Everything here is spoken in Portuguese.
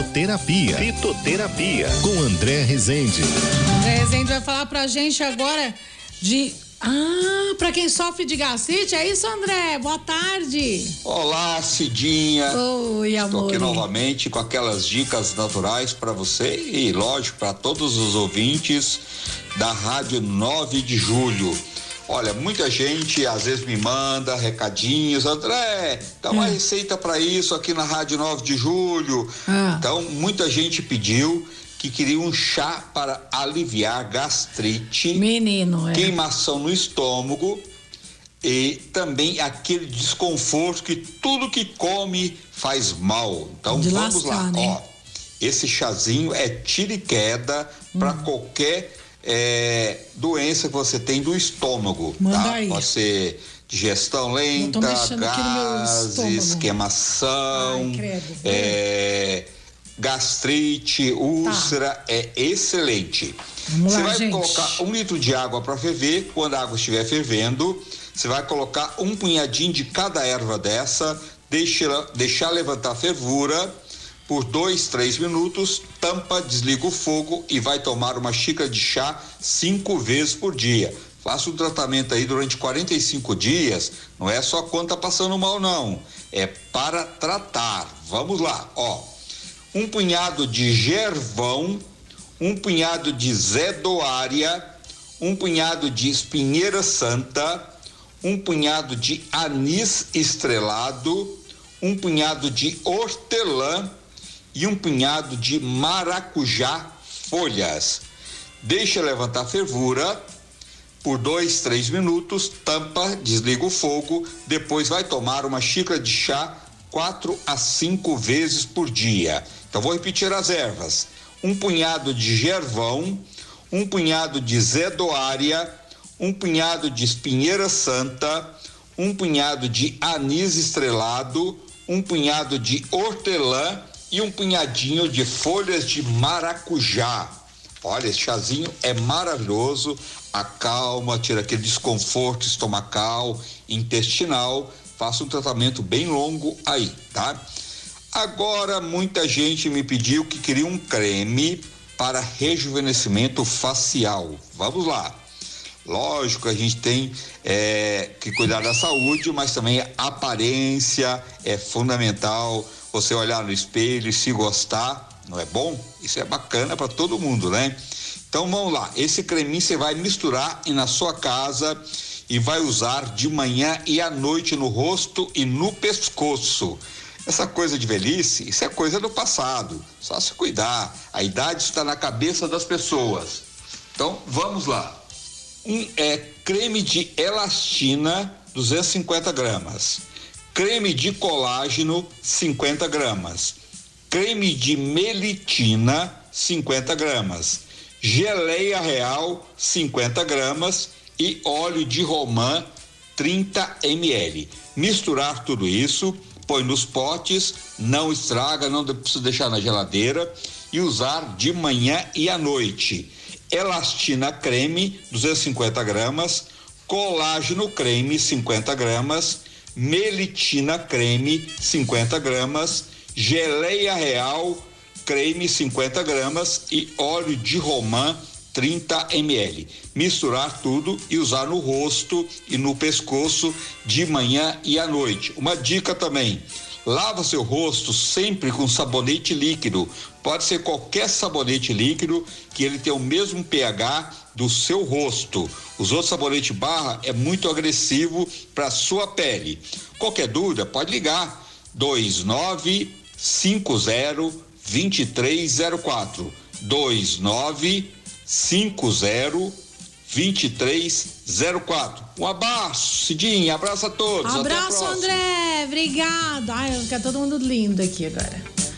Fitoterapia. Com André Rezende. André Rezende vai falar pra gente agora de... pra quem sofre de gastrite, é isso, André? Boa tarde. Olá, Cidinha. Oi, amor. Estou aqui novamente com aquelas dicas naturais para você e, lógico, para todos os ouvintes da Rádio 9 de Julho. Olha, muita gente às vezes me manda recadinhos, André, dá uma receita para isso aqui na Rádio 9 de Julho. Então, muita gente pediu que queria um chá para aliviar gastrite, queimação no estômago e também aquele desconforto que tudo que come faz mal. Então vamos lá, né? Ó, esse chazinho é tira e queda para qualquer doença que você tem do estômago, tá? Pode ser digestão lenta, gases, queimação, gastrite, úlcera, é excelente. Você vai colocar 1 litro de água para ferver. Quando a água estiver fervendo, você vai colocar um punhadinho de cada erva dessa, deixar levantar a fervura por 2-3 minutos, tampa, desliga o fogo e vai tomar uma xícara de chá 5 vezes por dia. Faça um tratamento aí durante 45 dias, não é só quando tá passando mal não, é para tratar. Vamos lá, ó. Um punhado de gervão, um punhado de zedoária, um punhado de espinheira santa, um punhado de anis estrelado, um punhado de hortelã e um punhado de maracujá folhas. Deixa levantar a fervura por 2-3 minutos, tampa, desliga o fogo, depois vai tomar uma xícara de chá 4 a 5 vezes por dia. Então vou repetir as ervas: um punhado de gervão, um punhado de zedoária, um punhado de espinheira santa, um punhado de anis estrelado, um punhado de hortelã e um punhadinho de folhas de maracujá. Olha, esse chazinho é maravilhoso, acalma, tira aquele desconforto estomacal, intestinal. Faça um tratamento bem longo aí, tá? Agora, muita gente me pediu que queria um creme para rejuvenescimento facial. Vamos lá. Lógico, a gente tem que cuidar da saúde, mas também a aparência é fundamental. Você olhar no espelho e se gostar, não é bom? Isso é bacana para todo mundo, né? Então vamos lá. Esse creminho você vai misturar na sua casa e vai usar de manhã e à noite no rosto e no pescoço. Essa coisa de velhice, isso é coisa do passado, só se cuidar. A idade está na cabeça das pessoas. Então, vamos lá. Creme de elastina, 250 gramas. Creme de colágeno, 50 gramas. Creme de melitina, 50 gramas. Geleia real, 50 gramas. E óleo de romã, 30 ml. Misturar tudo isso, põe nos potes, não estraga, não precisa deixar na geladeira e usar de manhã e à noite. Elastina creme, 250 gramas, colágeno creme, 50 gramas, melitina creme, 50 gramas, geleia real creme, 50 gramas e óleo de romã, 30 ml. Misturar tudo e usar no rosto e no pescoço de manhã e à noite. Uma dica também: lava seu rosto sempre com sabonete líquido. Pode ser qualquer sabonete líquido, que ele tem o mesmo pH do seu rosto. Os outros sabonetes barra é muito agressivo para sua pele. Qualquer dúvida, pode ligar 2950-2304 2950-2304. Um abraço, Cidinha, abraço a todos. Abraço, André, obrigado. Ai, fica todo mundo lindo aqui agora.